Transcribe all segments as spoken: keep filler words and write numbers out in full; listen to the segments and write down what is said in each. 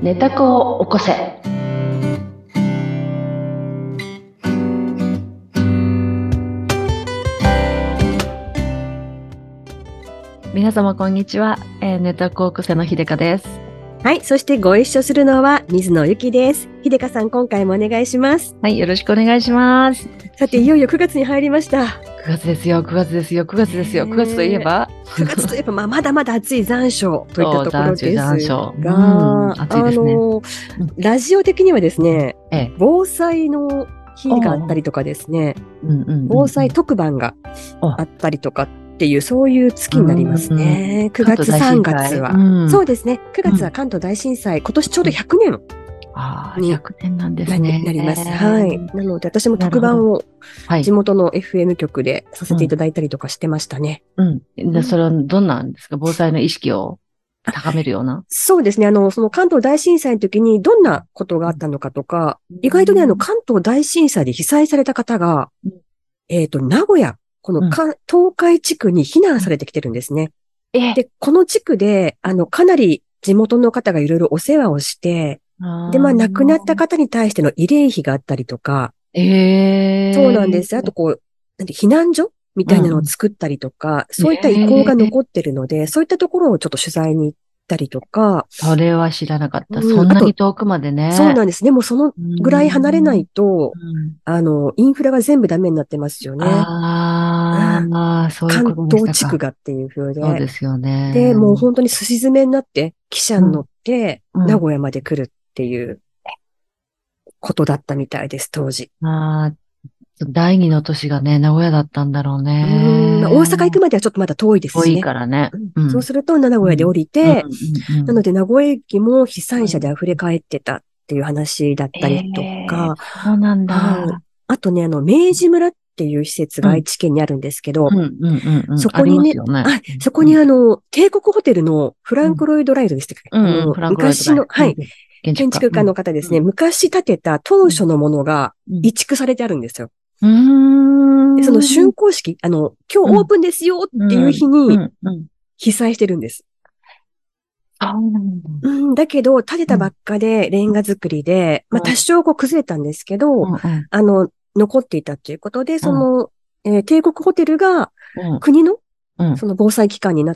寝た子を起こせ。皆様こんにちは、えー、寝た子を起こせの秀香です。 はい、そしてご一緒するのは水野ゆきです。秀香さん、今回もお願いします。 はい、よろしくお願いします。 さて、いよいよくがつに入りました。 くがつですよ、くがつですよ、くがつですよ。くがつといえばくがつといえば、まあ、まだまだ暑い残暑といったところですが、 残暑、 うん、 暑いですね。 あの、ラジオ的にはですね、 ええ、 防災の日があったりとかですね、 うんうんうんうん、 防災特番があったりとかっていう、そういう月になりますね。 うんうん、 くがつ、さんがつは、うん。そうですね。くがつは関東大震災、うん、今年ちょうどひゃくねん。 ああ、ひゃくねんなんですね。 なります。はい。なので、私も特番を地元の エフエム 局でさせていただいたりとかしてましたね。 うん。うん、で、それはどんなんですか？防災の意識を高めるような。 そうですね。あの、その関東大震災の時にどんなことがあったのかとか、うん、意外とね、あの、関東大震災で被災された方が、うん、えっと、名古屋、このか、うん、東海地区に避難されてきてるんですね。 えで、この地区で、あの、かなり地元の方がいろいろお世話をして、で、まあ、亡くなった方に対しての慰霊碑があったりとか、 えー、 そうなんです。あと、こう、なんて避難所みたいなのを作ったりとか、うん、そういった遺構が残ってるので、えー、そういったところをちょっと取材に行ったりとか。 それは知らなかった。うん、そんなに遠くまでね。 そうなんです。でも、そのぐらい離れないと、うん、あの、インフラが全部ダメになってますよね。 ああ、うん、そういうことでしたか。 関東地区がっていう風で。 そうですよね。 で、もう本当にすし詰めになって、汽車に乗って、名古屋まで来るっていうことだったみたいです、当時。 ああ、第二の都市がね、名古屋だったんだろうね。 うん、大阪行くまではちょっとまだ遠いですしね。 遠いからね。 うん、そうすると、名古屋で降りて、なので名古屋駅も被災者で溢れ返ってたっていう話だったりとか。 えー、そうなんだ。 はい。あとね、あの、明治村っていう施設が愛知県にあるんですけど、そこにね、ねあ、そこにあの、帝国ホテルのフランク・ロイド・ライトでしたっけ、うん、あの、昔の、はい、建築家の方ですね、うん、昔建てた当初のものが移築されてあるんですよ。 うーん、 でその竣工式、あの、今日オープンですよっていう日に被災してるんです。 あ、うんうん、だけど、建てたばっかでレンガ作りで、うん、まあ多少こう崩れたんですけど、うんうん、あの、残っていたということで、その、うん、えー、帝国ホテルが国の、うん、その防災機関になって、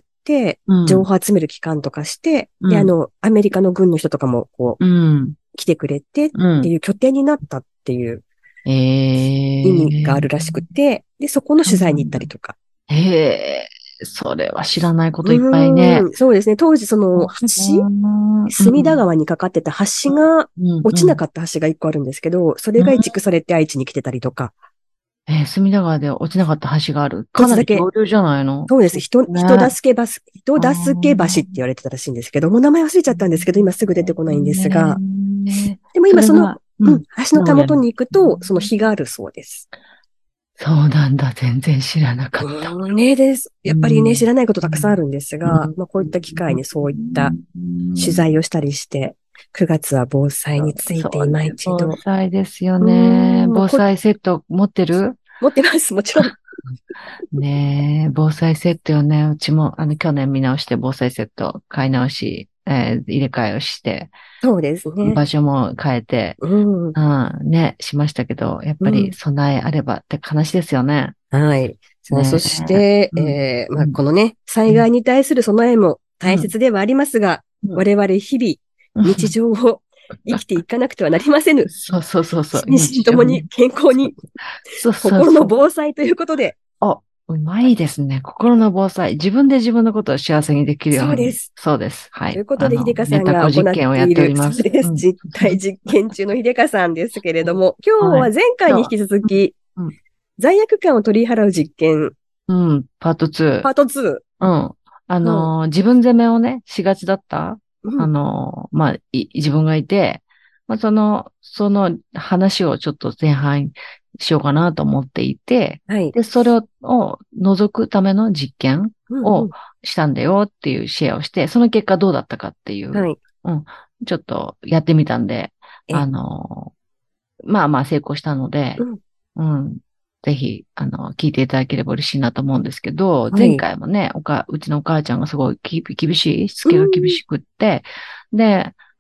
情報を集める機関とかして、うん、で、あの、アメリカの軍の人とかもこう、うん、来てくれてっていう拠点になったっていう、意味があるらしくて、で、そこの取材に行ったりとか。 へえ。それは知らないこといっぱいね。 うそうですね。当時その橋、隅田川にかかってた橋が、落ちなかった橋が一個あるんですけど、それが移築されて愛知に来てたりとか。 えー、隅田川で落ちなかった橋がある。かなり上流じゃないの？ そうです。人、ね、人助け橋、人助け橋って言われてたらしいんですけど、もう名前忘れちゃったんですけど、今すぐ出てこないんですが。でも今その、うん、橋のたもとに行くと、その碑があるそうです。 そうなんだ。全然知らなかった。 うん、ねです。やっぱりね、知らないことたくさんあるんですが、まあこういった機会にそういった取材をしたりして、くがつは防災について今一度。 防災ですよね。防災セット持ってる？ 持ってます、もちろん。 ねえ、防災セットよね。うちも、あの、去年見直して防災セット買い直し、えー、入れ替えをして、 そうですね。 場所も変えて、うん、うん、ね、しましたけど、やっぱり備えあればって話ですよね。 うん、はい。さあ、そして、うん、えー、まあ、このね、災害に対する備えも大切ではありますが、うん、我々日々、日常を生きていかなくてはなりませぬ。 そうそうそうそう。 心身ともに健康に、そうそうそう心の防災ということで。 あ、うまいですね。心の防災。自分で自分のことを幸せにできるように。 そうです。 そうです。はい。 ということで、秀香さんが行っている、そうです。実体実験中の秀香さんですけれども、今日は前回に引き続き、うん、罪悪感を取り払う実験。 うん、パートツー。 パートツー。うん。あのーうん、自分責めをね、しがちだった。うん、あのー、まあ、自分がいて、まあ、その、その話をちょっと前半しようかなと思っていて、はい、で、それを除くための実験をしたんだよっていうシェアをして、その結果どうだったかっていう、はい、うん、ちょっとやってみたんで、あの、まあまあ成功したので、うん、うん、ぜひ、あの、聞いていただければ嬉しいなと思うんですけど、はい、前回もね、おか、うちのお母ちゃんがすごい厳しい、しつけが厳しくって、で、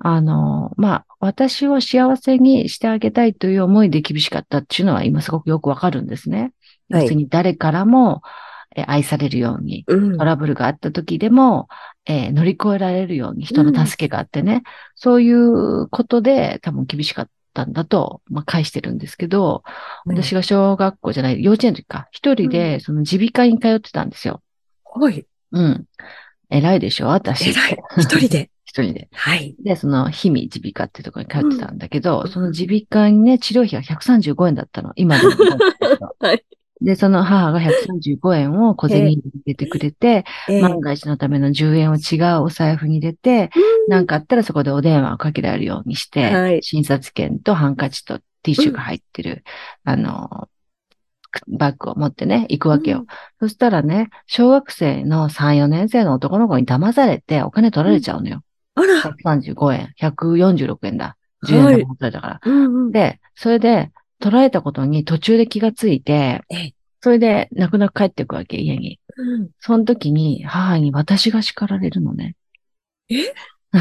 あの、まあ、私を幸せにしてあげたいという思いで厳しかったっていうのは今すごくよくわかるんですね。要はい。 するに誰からもえ愛されるように、 うん。 トラブルがあった時でも、えー乗り越えられるように人のうん。 助けがあってね、そういうことで多分厳しかったんだと、まあ、返してるんですけど、 はい。 私が小学校じゃない、幼稚園の時か、一人うん。 でその耳鼻科に通ってたんですよ。 はい。 うん。偉いでしょ私って。 偉い。一人で。 一人で。 はい。 で、その、氷見耳鼻科っていうところに通ってうん。 たんだけど、 うん。 その耳鼻科にね、治療費がひゃくさんじゅうごえんだったの。今でも覚えてるけど。 はい。 で、その母がひゃくさんじゅうごえんを小銭へ、 に入れてくれて、 ええ。 万が一のためのじゅうえんを違うお財布に入れて、 うん。 なんかあったらそこでお電話をかけられるようにして、 はい。 診察券とハンカチとティッうん。 シュが入ってる、あの、バッグを持ってね、行くわけよ。 うん。 そしたらね、小学生のさん、よねん生の男の子に騙されてお金取らうん。 れちゃうのよ。 あら。 ひゃくさんじゅうごえん、ひゃくよんじゅうろくえんだ。じゅうえんはい。 玉持たれたから。 うんうん。 で、それで、取られたことに途中で気がついて、 ええ。 それで泣く泣く帰っていくわけ、家に。 うん。 その時に母に私が叱られるのね。 え、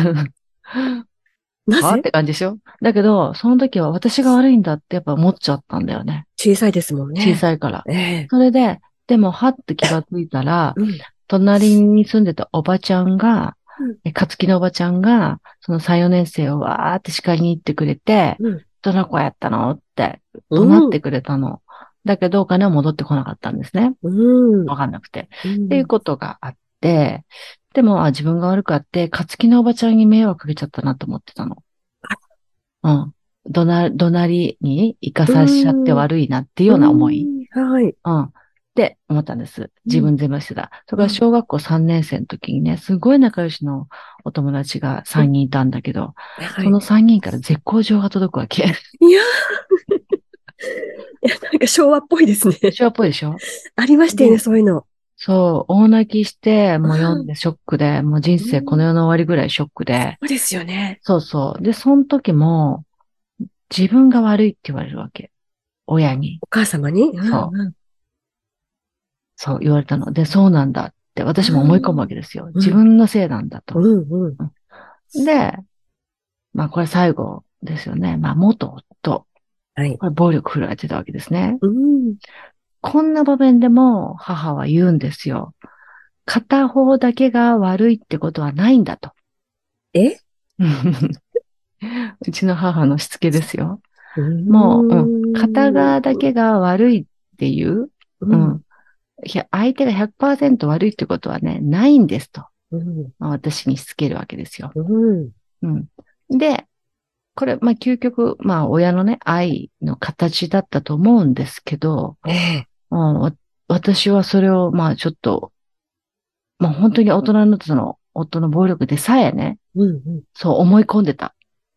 なぜ？ はって感じでしょ。だけど、その時は私が悪いんだってやっぱ思っちゃったんだよね。 小さいですもん小ね。 さいから。 ええ。 それで、でも、はって気がついたら、 うん。 隣に住んでたおばちゃんが、 うん。 え、かつきのおばちゃんが、そのさん、よねん生をわーって叱りに行ってくれて、 うん。 どの子やったのって怒鳴っうん。 てくれたの。だけどお金は戻ってこなかったんですね。 うん。 わかんなくて。っていううん。 ことがあって、でも、あ、自分が悪くあって、かつきのおばちゃんに迷惑かけちゃったなと思ってたの。うん。どな、怒鳴りに生かうさしちゃってん。 悪いなっていううような思い。 ん。はい。 うん。って思ったんです。 うん。 自分全部してた。それからうん。 小学校さんねん生の時にね、すごい仲良しのお友達がうん。 さんにんいたんだけど、 はい。 そのさんにんから絶好状が届くわけ。 いやー、いや、なんか昭和っぽいですね。 昭和っぽいでしょ？ ありましたよね、 で、 そういうの。 そう、大泣きして、もう読んああ、 でショックで、もう人う生この世ん。 の終わりぐらいショックで、 そうですよね。 そうそう。で、その時も、自分が悪いって言われるわけ。親に。 お母様に。うそう。 んうん。 そう言われたの。で、そうなんだって私も思い込むわけですよ。自うん。 分のせいなんだと。 うん。うん。 うんで、まあこれ最後ですよね。まあ元夫。 はい。 これ暴力振られてたわけですね。 うん。 こんな場面でも母は言うんですよ。片方だけが悪いってことはないんだと。 え、 うちの母のしつけですよ。 うーもう、うん、片ん。 側だけが悪いっていう、 うん。 うん、ひゃ相手がひゃくパーセント悪いってことはね、ないんですと。 うん。 まあ、私にしつけるわけですよ。 うん。 うん。で、これ、まあ、究極、まあ、親のね、愛の形だったと思うんですけど、 ええ。 うん、わ私はそれを、まあ、ちょっと、まあ、本当に大人になったその、夫の暴力でさえね、 うん。うん。 そう思い込んでた。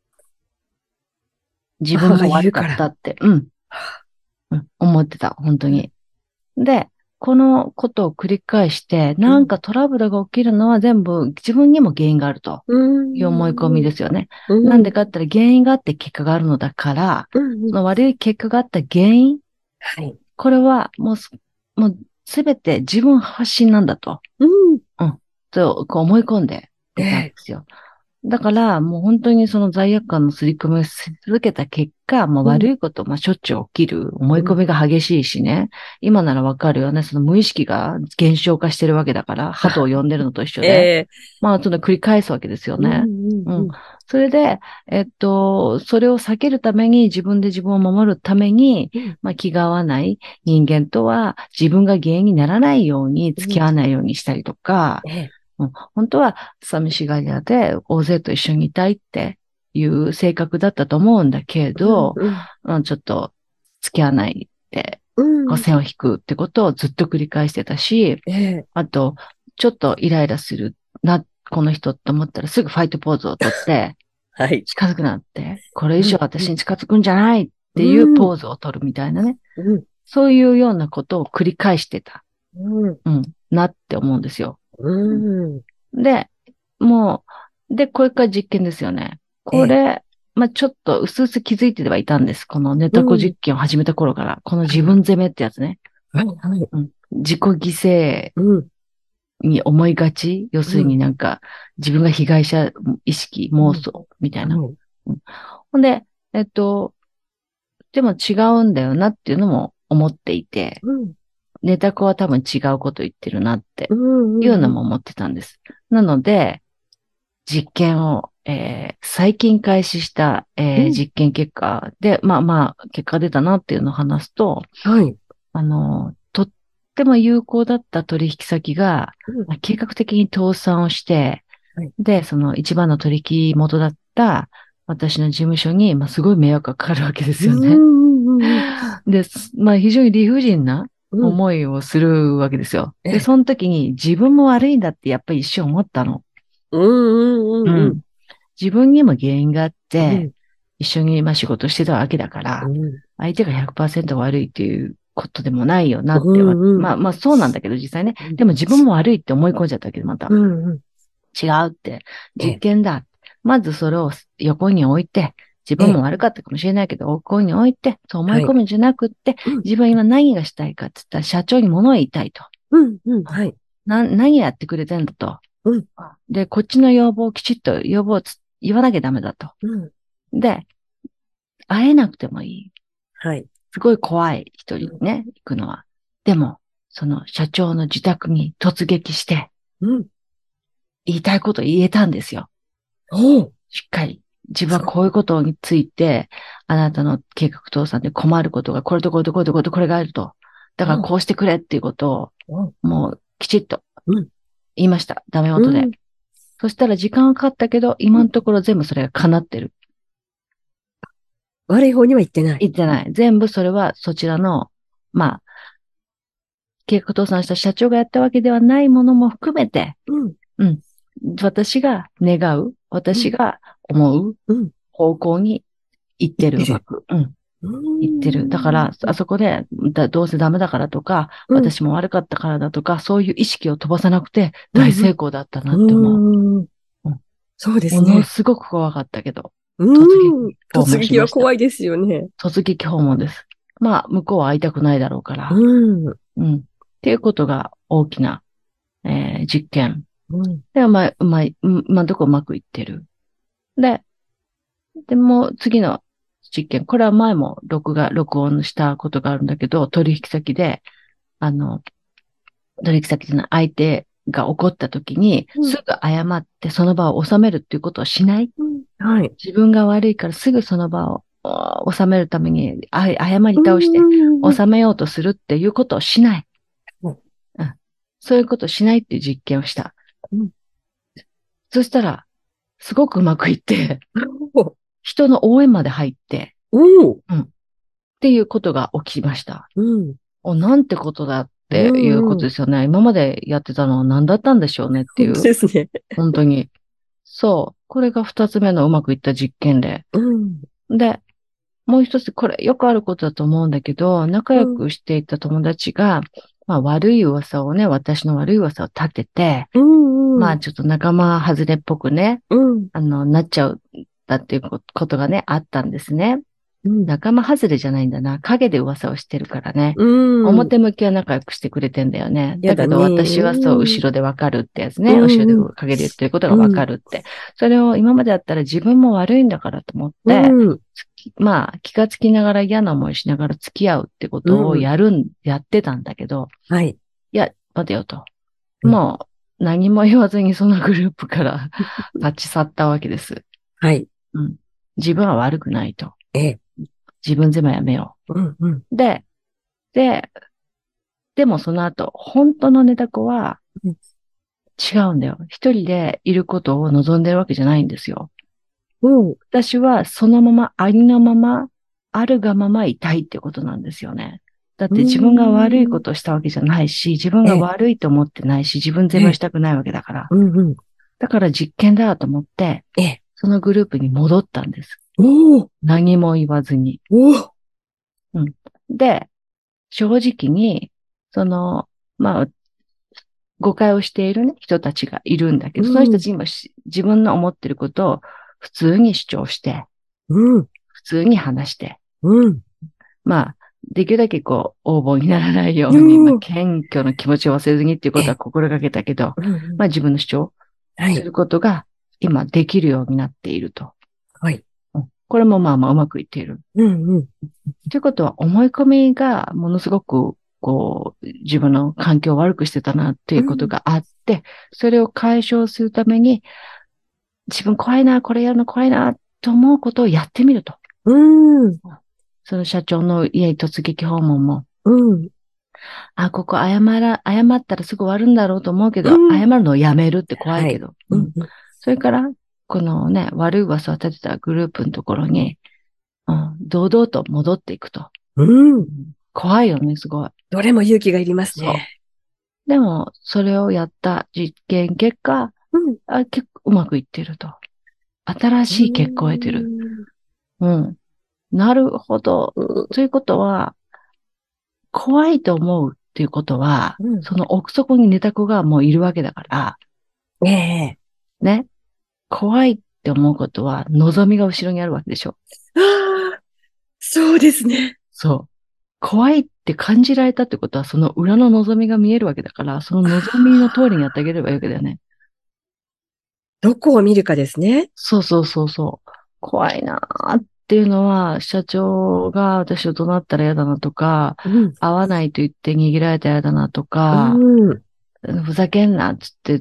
自分母がも悪か言うから。 ったって、うん、うん、思ってた、本当うん。 に。で、このことを繰り返して、 うん。 なんかトラブルが起きるのは全部自分にも原因があるとういう思い込みん。 ですよね。なうん。 んでかって言ったら原因があって結果があるのだから、 うん。うん。 その悪い結果があった原因、 はい。 これはもうす、もうすべて自分発信なんだと、 うん。 うん、とこう思い込んでいたんでええ。 すよ。だから、もう本当にその罪悪感の刷り込みをし続けた結果、もううん。 悪いこと、まあしょっちゅう起きる、思いうん。 込みが激しいしね。今ならわかるよね。その無意識が減少化してるわけだから、鳩を呼んでるのと一緒で。 ええ。 まあ、その繰り返すわけですようん。 ね。 うん。 うん。 うん。 それで、えっと、それを避けるために、自分で自分を守るために、 うん。 まあ気が合わない人間とは自分が原因にならないように付きうん。 合わないようにしたりとか、 ええ。 うん、本当は寂しがり屋で大勢と一緒にいたいっていう性格だったと思うんだけれうん。 ど、 うん。 うん、ちょっと付き合わないで、 うん。 こう線を引くってことをずっと繰り返してたし、 ええ。 あと、ちょっとイライラするな、この人って思ったらすぐファイトポーズをとって、 はい。 近づくなって、これ以上うん。うん。 私に近づくんじゃないっていううん。 ポーズを取るみたいなね。 うん。 そういうようなことを繰り返してた、 うん。 うん、なって思うんですよ。 うん。 で、もう、で、これから実験ですよね。 ええ。 これ、まあ、ちょっと薄々気づいてはいたんです。このネうタコん。 実験を始めた頃から。このはい。 自分責めってやつね。 はい。はい。 うん。自己犠牲うん。 に思いがち。要するになんか、自分が被害者意識、妄想みたいな。うんうん、ほんで、えっと、でも違うんだよなっていうのも思っていて、うん、ネタ子は多分違うこと言ってるなっていうのも思ってたんです。なので、実験を、えー、最近開始した、えー、実験結果で、まあまあ、結果出たなっていうのを話すと、はい。あの、とっても有効だった取引先が、うん、計画的に倒産をして、はい、で、その一番の取引元だった私の事務所に、まあ、すごい迷惑がかかるわけですよね。で、まあ、非常に理不尽な思いをするわけですよ。うん、で、その時に自分も悪いんだってやっぱり一瞬思ったの。うんうんうんうん。自分にも原因があって、うん、一緒に今仕事してたわけだから、うん、相手が ひゃくパーセント 悪いっていうことでもないよなって、うんうん、まあまあそうなんだけど実際ね、でも自分も悪いって思い込んじゃったわけでまた、うんうん、違うって、実験だ。まずそれを横に置いて、自分も悪かったかもしれないけど、横に置いて、そう思い込むんじゃなくって、はい、自分は今何がしたいかって言ったら社長に物を言いたいと。うんうんはい、な何やってくれてんだと。うん、で、こっちの要望をきちっと要望を言わなきゃダメだと。うん、で、会えなくてもいい。はい。すごい怖い一人ね、行くのは。でも、その社長の自宅に突撃して、うん、言いたいこと言えたんですよ。おしっかり。自分はこういうことについて、あなたの計画倒産で困ることが、これとこれとこれとこれとこれがあると。だからこうしてくれっていうことを、もうきちっと言いました。ダメ元で。うん、そしたら時間はかかったけど、今のところ全部それが叶ってる。悪い方には行ってない。行ってない。全部それはそちらの、まあ、計画倒産した社長がやったわけではないものも含めて、うん。うん。私が願う、私が思う方向に行ってる、うまく。うん。行ってる。だから、あそこで、だどうせダメだからとか、うん、私も悪かったからだとか、そういう意識を飛ばさなくて大成功だったなって思う。うんうんうん、そうですね。ものすごく怖かったけど。突撃突撃は怖いですよね。突撃訪問です。まあ、向こうは会いたくないだろうから。うん。うん。っていうことが大きな、えー、実験。うん。で、うまい、うまい、今んとこうまくいってる。で、でも次の実験、これは前も録画、録音したことがあるんだけど、取引先で、あの、取引先じゃない相手が怒った時に、うん、すぐ謝ってその場を収めるっていうことをしない。うん、はい。自分が悪いからすぐその場を収めるために、謝り倒して収めようとするっていうことをしない。うん、うん、そういうことをしないっていう実験をした。うん、そしたら、すごくうまくいって、人の応援まで入って、うん、っていうことが起きました。うん、お、なんてことだっていうことですよね。うんうん、今までやってたのは何だったんでしょうねっていう。本当ですね。本当に。そう。これが二つ目のうまくいった実験で。うん、で、もう一つ、これよくあることだと思うんだけど、仲良くしていた友達が、うん、まあ悪い噂をね、私の悪い噂を立てて、うんうん、まあちょっと仲間外れっぽくね、うん、あの、なっちゃう、だっていうことがね、あったんですね。うん、仲間外れじゃないんだな。影で噂をしてるからね。うん、表向きは仲良くしてくれてんだよね。だけど私はそう、後ろでわかるってやつね。うん、後ろで影で言ってることがわかるって、うん。それを今までだったら自分も悪いんだからと思って、うん、まあ気がつきながら嫌な思いしながら付き合うってことをやるん、うん、やってたんだけど、はい。いや、待てよと。もう何も言わずにそのグループから立ち去ったわけです。はい。うん。自分は悪くないと。ええ。自分責めやめよう。うんうん、で、で、でもその後、本当のネタ子は違うんだよ。一人でいることを望んでるわけじゃないんですよ。うん、私はそのまま、ありのまま、あるがままいたいってことなんですよね。だって自分が悪いことをしたわけじゃないし、自分が悪いと思ってないし、自分責めしたくないわけだから。うんうん、だから実験だと思って、そのグループに戻ったんです。お何も言わずに。おうん、で、正直に、その、まあ、誤解をしているね、人たちがいるんだけど、うん、その人たちにも自分の思ってることを普通に主張して、うん、普通に話して、うん、まあ、 できるだけこう、応募にならないように、まあ、 うん。 謙虚な気持ちを忘れずにっていうことはえ、 心がけたけど、 うんうん。 まあ自分の主張はい。 することが今できるようになっていると。 はい。 うん、これもまあまあうまくいっている。 うんうん。 ということは思い込みがものすごくこう、自分の環境を悪くしてたなっていうことうん。 があって、それを解消するために、自分怖いな、これやるの怖いな、と思うことをやってみると。 うん。 その社長の家に突撃訪問も、 うん。 あ、ここ謝ら、謝ったらすぐ終わるんだろうと思うけど、 うん。 謝るのをやめるって怖いはい。 けど。うん。 うんうん。 それから、このね、悪い噂を立てたグループのところに、うん、堂々と戻っていくと。 うん。 うん、怖いよね、すごい。 どれも勇気がいりますそね。 う。でも、それをやった実験結果、 うん。 あ、結構うまくいってると。新うしい結果を得てる。 ん。 うん。なるほど。 うん。 ということは、怖いと思うっていうことは、 うん。 その奥底に寝た子がもういるわけだから、 ええ。 ね。怖いって思うことは、望みが後ろにあるわけでしょ。 ああ、そうですね。 そう。怖いって感じられたってことは、その裏の望みが見えるわけだから、そのあ望みの通りにやってああ、 げればいいわけだよね。 どこを見るかですね。 そうそうそうそう。怖いなーっていうのは、社長が私を怒鳴ったら嫌だなとか、 うん。 会わないと言って逃げられたら嫌だなとうか、 ん。 ふざけんなっつって言って、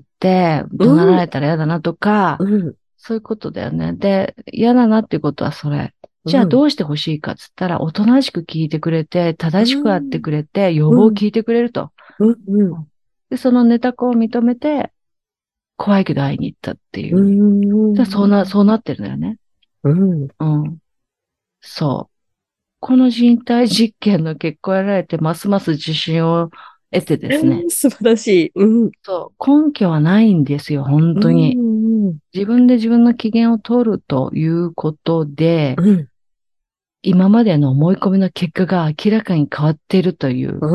う怒鳴らん。 れたら嫌だなとか、 うん。 そういうことだよね。で、嫌だなっていうことはそれ。じゃあうん。 どうして欲しいかっつったら、おとなしく聞いてくれて、 う正しくあってん。 くれて、予防うん。 を聞いてくれると。 うん。うん。 うん、で、そのネタ子を認めて、怖いけど会いに行ったっていうう。じゃあそうな、 ん。 そうなってるんだよね。 うん。 うん。そう。この人体実験の結果を得られて、ますます自信を得てですね。 素晴らしい。うん。 そう。根拠はないんですよ、本う当に。 ん。 自分で自分の機嫌を取るということで、 うん。 今までの思い込みの結果が明らかに変わっているという、 うん。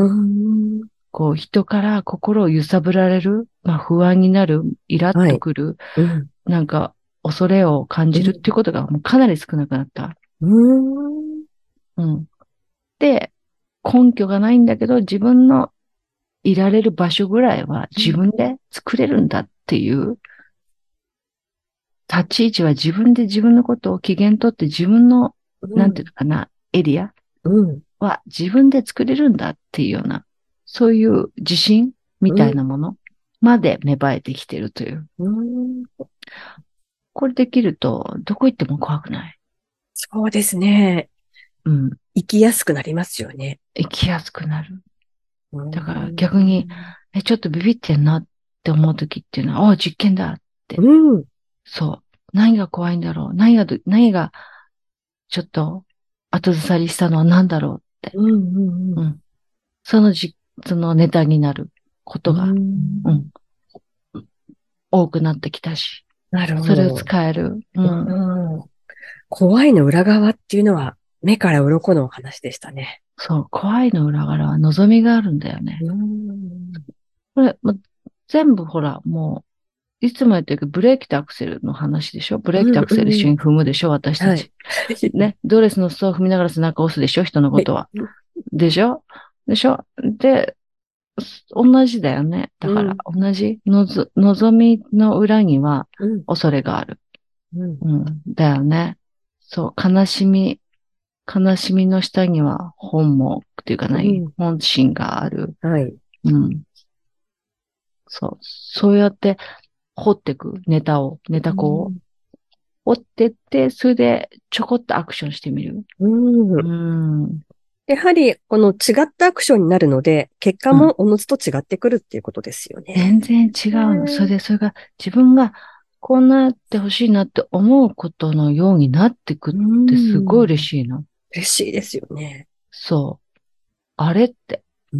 こう人から心を揺さぶられる、まあ不安になる、イラッはい。 とくる、 うん。 なんか恐れを感じるっていううん。 ことがもうかなり少なくなった。 うん。 うん。で、根拠がないんだけど、自分のいられる場所ぐらいは自分で作れるんだっていう立ち位置は自分で自分のことを機嫌取って自分の、なんていうのかな、エリアうん。 は自分で作れるんだっていうような、そういう自信みたいなものまで芽生えてきてるという。 うん。 これできると、どこ行っても怖くない。 そうですね。 うん。 生きやすくなりますよね。 生きやすくなる。 うだから逆に、 ん。 え、ちょっとビビってんなって思うときっていうのは、ああ、実験だって。 うん。 そう。何が怖いんだろう。何がど、何がちょっと後ずさりしたのは何だろうって。 うん。うん。 うん。そのじ、そのネタになるこうとが、うん。 ん、多くなってきたし、 なるほそれをど。 使える。うん。 うん。怖いの裏側っていうのは目から鱗のお話でしたね。 そう、怖いの裏側は望みがあるんだよね。 うん。 これ、もう全部ほら、もう、いつも言ってるけど、ブレーキとアクセルの話でしょ。ブレーキとアクセル一緒うん。 に踏むでしょ、私たはい。 ち。ね。ドレスの裾を踏みながら背中を押すでしょ、人のはい。 ことは。でしょでしょで、同じだよね。だから、 うん。 同じのぞ、望みの裏にはうん。 恐れがある。 うん。 うん。だよね。そう、悲しみ、悲しみの下には本望っていうか何うん。 本心がある。 はい。 うん。そう。そうやって掘っていく。ネタを、ネタ子を。 うん。 掘ってって、それでちょこっとアクションしてみる。 うん。 うん。うん。 やはり、この違ったアクションになるので、結果もおのずと違ってくるっていうことですよね。 全然違うの。それで、それが自分がこうなってほしいなって思うことのようになってくっうてすごい嬉ん。 しいの。 嬉しいですよね。 そう。あれって。 うん。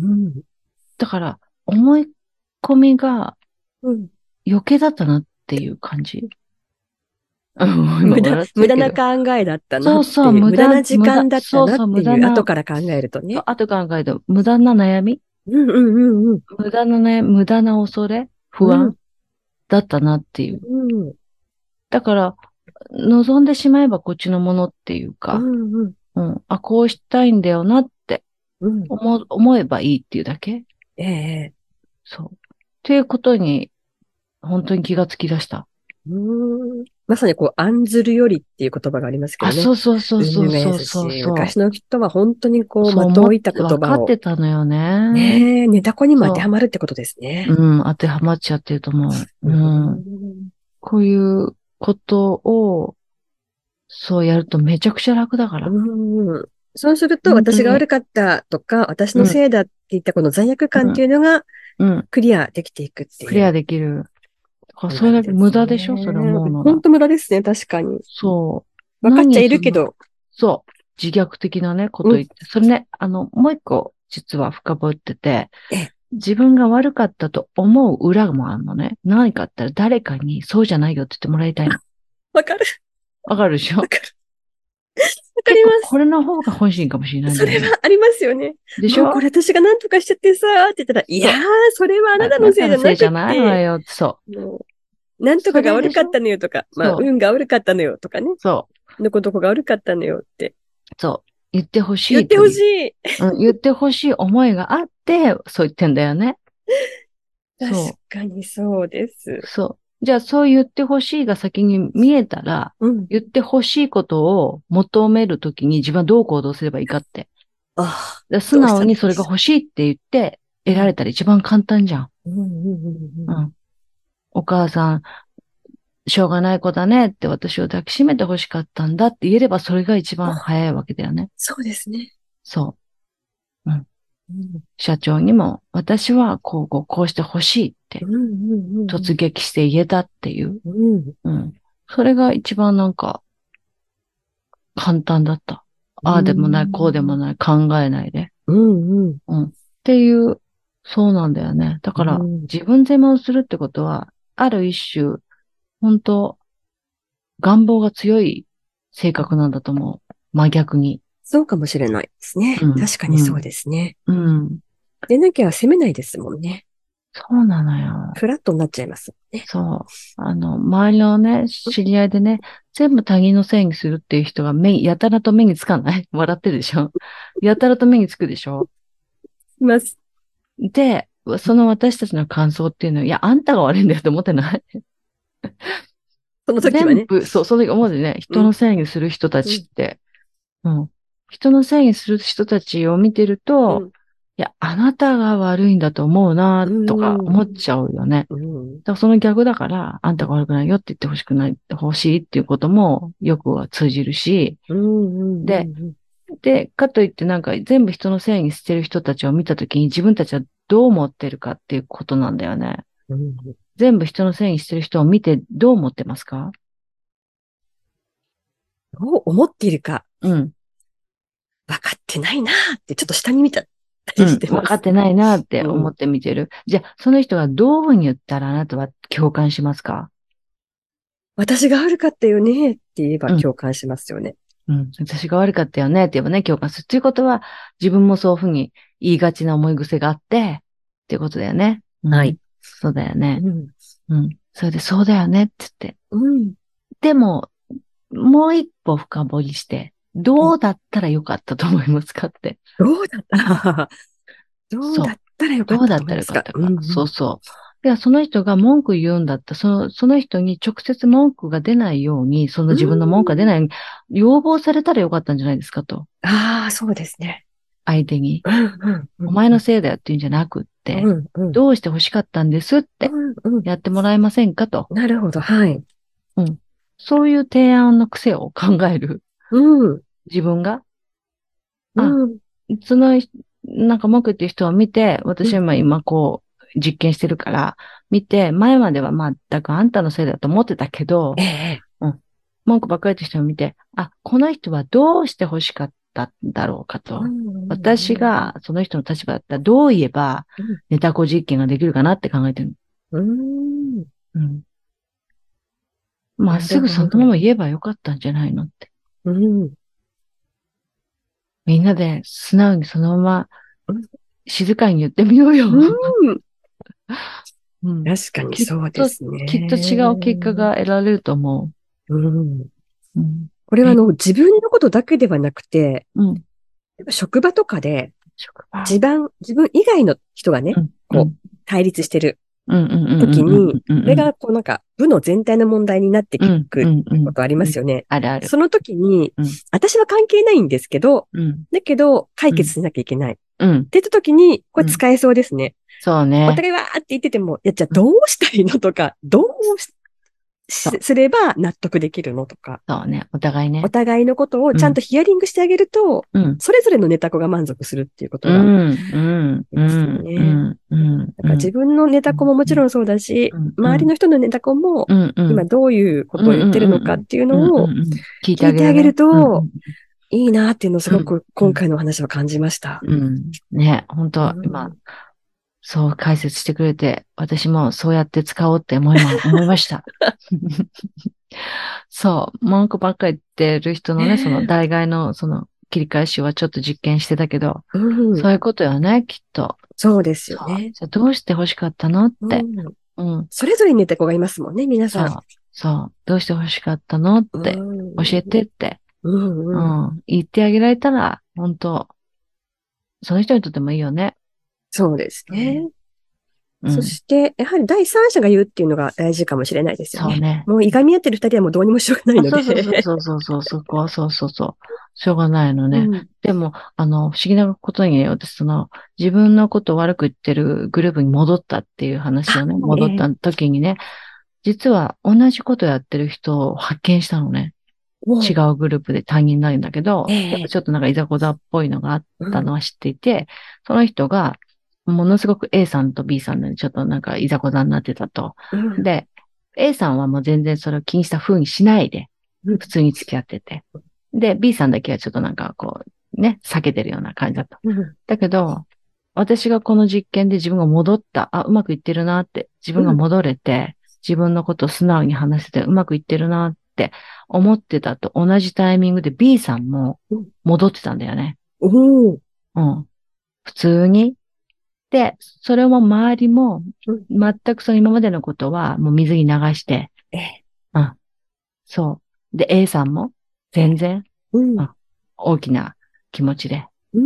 だから、思い込みがうん。 余計だったなっていう感じ。うん、今無駄、 笑っちゃ無駄なうけど。 考えだったなそうそう、 っていう、 無駄、 無駄な時無駄、 間だったなっそうそう、無ていう、後駄な、 から考えるとね。 後考えると、無駄な悩み、 うんうんうんうん。 無駄な悩み、無駄な恐れ、不うん。 安だったなっていう。 うん。 だから、望んでしまえばこっちのものっていううか、 んうん。 うん、あ、こうしたいんだよなって。 うん、 思、思えばいいっていうだけ。 ええ、 そう。っていうことに、本当に気がつき出した。 うーん。まさにこう、案ずるよりっていう言葉がありますけあ、 どね。 そうそうそうそう運がそうそう優しい。昔その人は本当にう。 こう、 そう的を射た思って、分かって言葉を、 たのよね。 ねえ、寝た子にも当てはそまるってことですう。 ね。 うん、当てはまっちゃってると思う。 うーうん。 ん。 こういうことを、そうやるとめちゃくちゃ楽だから。 うーん。そうすると、 本当に。 私が悪かったとか、私うん、 のせいだっていったこの罪悪感ってうん、 いうのがうん。 クリアできていくっていうクリアできる。だからことそれだけ無なんです駄でしょそれね。 思うのが。 本当無駄ですね、確かに。 そう。 分かっちゃ何その、 いるけど。 そう。自虐的なね、こうん。 と言って。それね、あの、もう一個、実は深掘ってて、 え、 自分が悪かったと思う裏もあるのね。何かあったら誰かにそうじゃないよって言ってもらいたいの。 わかる。 わかるでしょ？ わかる。わかり結構ます。 これの方が本心かもしれないんそれだよね。 はありますよね。もうこでしょ？ れ私が何とかしちゃってさ、って言ったら、いやー、 そう。 それはあなあたのなたのせいせいじゃなくっじゃないわて、 よ。そもう、なんう。そとかがれでしょ？ 悪かったのよとか、まあ、 そう。 運が悪かったのよとかね。 そう。 のことこが悪かったのよってそう。言ってほし言ってほしいという。 い。 うん、言ってほしい思いがあって、そう言ってんだよね。 確そかにそうでう。 す。 そう。じゃあ、そう言ってほしいが先に見えたら、 うん。 言ってほしいことを求めるときに自分はどう行動すればいいかって。 ああ、 で素どうしたらいい直にそれが欲しいって言って得られうん。 たら一番簡単じゃん。 うん、うん、うん、うん。 うん。お母さん、しょうがない子だねって私を抱きしめて欲しかったんだって言えればそれが一番あ、 早いわけだよね。 そうですね。 そう。うん。 うん、 社長にも私はこうこうこうして欲しいってうん、うん、 突撃して言えたっていう。 うん。うん。 うん。それが一番なんか簡単だった。 うああでもない、こうでもん、 ない、考えないで。 うん、うん。 うん。っていう、そうなんだよね。だうからん。 自分責めをするってことは、ある一種、本当願望が強い性格なんだと思う。真逆に。 そうかもしれないですね。 うん、 確かにそううん、 ですね。 うん。 でなきゃ責めないですもんね。 そうなのよ。 フラットになっちゃいますもんね。 そう。あの、周りのね、知り合いでね、全部他人のせいにするっていう人が目、やたらと目につかない？笑ってるでしょ？やたらと目につくでしょ？ います。 で、その私たちの感想っていうのは、いや、あんたが悪いんだよって思ってない？ その時はね。 全部、そう、その時思うでね、 うん、 人のせいにする人たうん、 ちって、うん。人のせいにする人たちを見てると、 うん、 いや、あなたが悪いんだと思ううな、とかん、 思っちゃうよね。 うん、 だからその逆だから、あんたが悪くないよって言ってほしくない、欲しいっていうこともよくは通じるし、 うん、うで、 ん、 で、かといってなんか全部人のせいにしてる人たちを見たときに自分たちはどう思ってるかっていうことなんだよね。 うん。 全部人のせいにしてる人を見てどう思ってますか？ どう思っているかうん。 分かってないなーってちょっと下に見ちゃったりしうん。 てます。 分かってないなってうん。 思って見てる。じゃあ、その人がどういうふうに言ったらあなたは共感しますか？ 私が悪かったよねって言えばうん。 共感しますよね。 うん。私が悪かったよねって言えばね、共感する。ということは、自分もそういうふうに言いがちな思い癖があって、っていうことだよね。うはい。 ん。そうだよね。 うん。 うん。それで、そうだよねって言って。 うん。 でも、もう一歩深掘りして、どうだったらよかったと思いますかって。 どうだったどうだっそう。 たらよかったどうだったらよと思いますか？うんかったか。 うん。 そうそう。では、その人が文句言うんだった、その、その人に直接文句が出ないように、そのう自分の文句が出なん。 いように、要望されたらよかったんじゃないですかと。 ああ、そうですね。 相手に。 うんうんうお前のんせいだよって言うんじゃなくって、 うんうん。 どうして欲しかったんですっうて、 んうん。 やってもらえませんかと。 なるほど。はい。 うん。そういう提案の癖を考えるうん。 自分が、 うあ、 ん。 その、なんか文句っていう人を見て、 うん。 私は今、今こう、実験してるから、見て、前までは全くあんたのせいだと思ってたけど、 ええ。 うん。文句ばっかり言ってる人を見て、あ、この人はどうして欲しかったんだろうかと。 うんうん私がその人の立場だったらどう言えばうん。 ネタ子実験ができるかなって考えてる。 うん。 うん。まっなるすぐそのまほど。 ま言えばよかったんじゃないのって。 うん。 みんなで素直にそのままうん。 静かに言ってみようよ。 うんうん。 確かにきっと、 そうですきっと違う結果ね。 が得られると思うん。 う。うん。え、 これはあの、自分のことだけではなくて、 うん。 職場とかで、 自分、自分以外の人がね、うん、こう、対立してる時に、これがこうなんか部の全体の問題になってくることありますよね。 あるある。 その時に、うん、私は関係ないんですけど、うん、だけど解決しなきゃいけない。うん、って言った時に、これ使えそうですね。 そうね。 お互いわーって言ってても、いや、じゃあどうしたいのとか、どうしすれば納得できるのとか。 そうね。お互いね。 お互いのことをちゃんとヒアリングしてあげると、うん、それぞれのネタ子が満足するっていうことが。うん。うん。うん。うん。だから自分のネタ子ももちろんそうだし、うん、周りの人のネタ子も、今どういうことを言ってるのかっていうのを聞いてあげると、いいなっていうのをすごく今回の話は感じました。 うん。ね、本当、うん、今、そう解説してくれて、私もそうやって使おうって思いま、思いました。そう、文句ばっかり言ってる人のね、その代替のその切り返しはちょっと実験してたけど、うん、そういうことよね、きっと。 そうですよね。 じゃどうして欲しかったのって、 うん。うん。それぞれにネタ子がいますもんね、皆さん。 そう、そう。どうして欲しかったのって、教えてって、うんうんうん、言ってあげられたら、本当その人にとってもいいよね。 そうですね。うん、そして、やはり第三者が言うっていうのが大事かもしれないですよね。そうね。もういがみ合ってる二人はもうどうにもしょうがないので。 そうそうそうそうそうそう、そうそうそう。しょうがないのね。うん、でも、あの、不思議なことにね、私その、自分のことを悪く言ってるグループに戻ったっていう話をね、戻った時にね、えー、実は同じことやってる人を発見したのね。違うグループで担任になるんだけど、えー、やっぱちょっとなんかいざこざっぽいのがあったのは知っていて、うん、その人が、ものすごく A さんと B さんでちょっとなんかいざこざになってたと。うん、で、A さんはもう全然それを気にした風にしないで、普通に付き合ってて。で、B さんだけはちょっとなんかこう、ね、避けてるような感じだった。うん、だけど、私がこの実験で自分が戻った、あ、うまくいってるなって、自分が戻れて、自分のことを素直に話せてうまくいってるなって思ってたと同じタイミングで B さんも戻ってたんだよね。うん。うん。普通に。で、それも周りも、全くその今までのことはもう水に流して、うん。そう。で、A さんも全然、うん、大きな気持ちで、うん、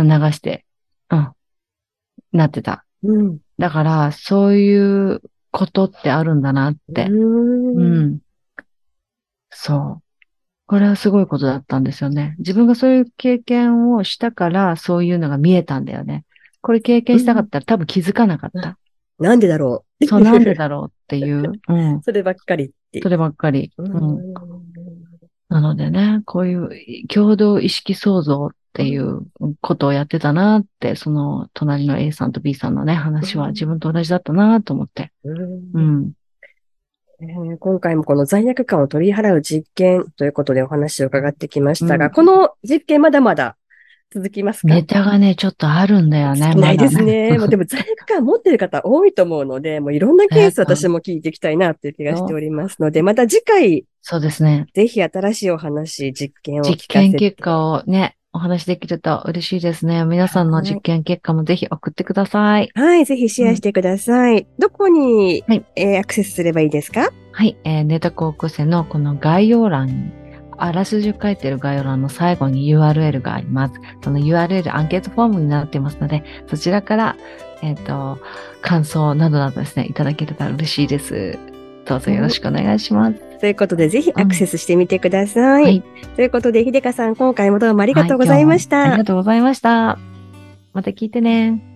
流して、うん、なってた。うん、だから、そういうことってあるんだなって。うん、うん。そう。これはすごいことだったんですよね。自分がそういう経験をしたから、そういうのが見えたんだよね。これ経験したかったら、うん、多分気づかなかった。 なんでだろう。そう、なんでだろうっていう。うん。 そればっかりっていう。 そればっかり。うん。なのでね、こういう共同意識創造っていうことをやってたなって、その隣の A さんと B さんのね、話は自分と同じだったなと思って。うん。うんえー、今回もこの罪悪感を取り払う実験ということでお話を伺ってきましたが、うん、この実験まだまだ続きますか？ ネタがね、ちょっとあるんだよね。 ないですね。もうでも罪悪感持ってる方多いと思うので、もういろんなケース私も聞いていきたいなっていう気がしておりますので、また次回、 そうですね。 ぜひ新しいお話、実験を聞かせて。 実験結果をね、お話できると嬉しいですね。皆さんの実験結果もぜひ送ってください。 はい、ぜひシェアしてください。うん、どこに、はいえー、アクセスすればいいですか？ はい、えー、ネタ高校生のこの概要欄に、あらすじを書いている概要欄の最後に ユーアールエル があります。その ユーアールエル アンケートフォームになっていますので、そちらから、えっと、感想などなどですね、いただければ嬉しいです。どうぞよろしくお願いします。 ということで、ぜひアクセスしてみてください。うんはい、ということで、ひでかさん、今回もどうもありがとうございました。 はい、ありがとうございました。また聞いてね。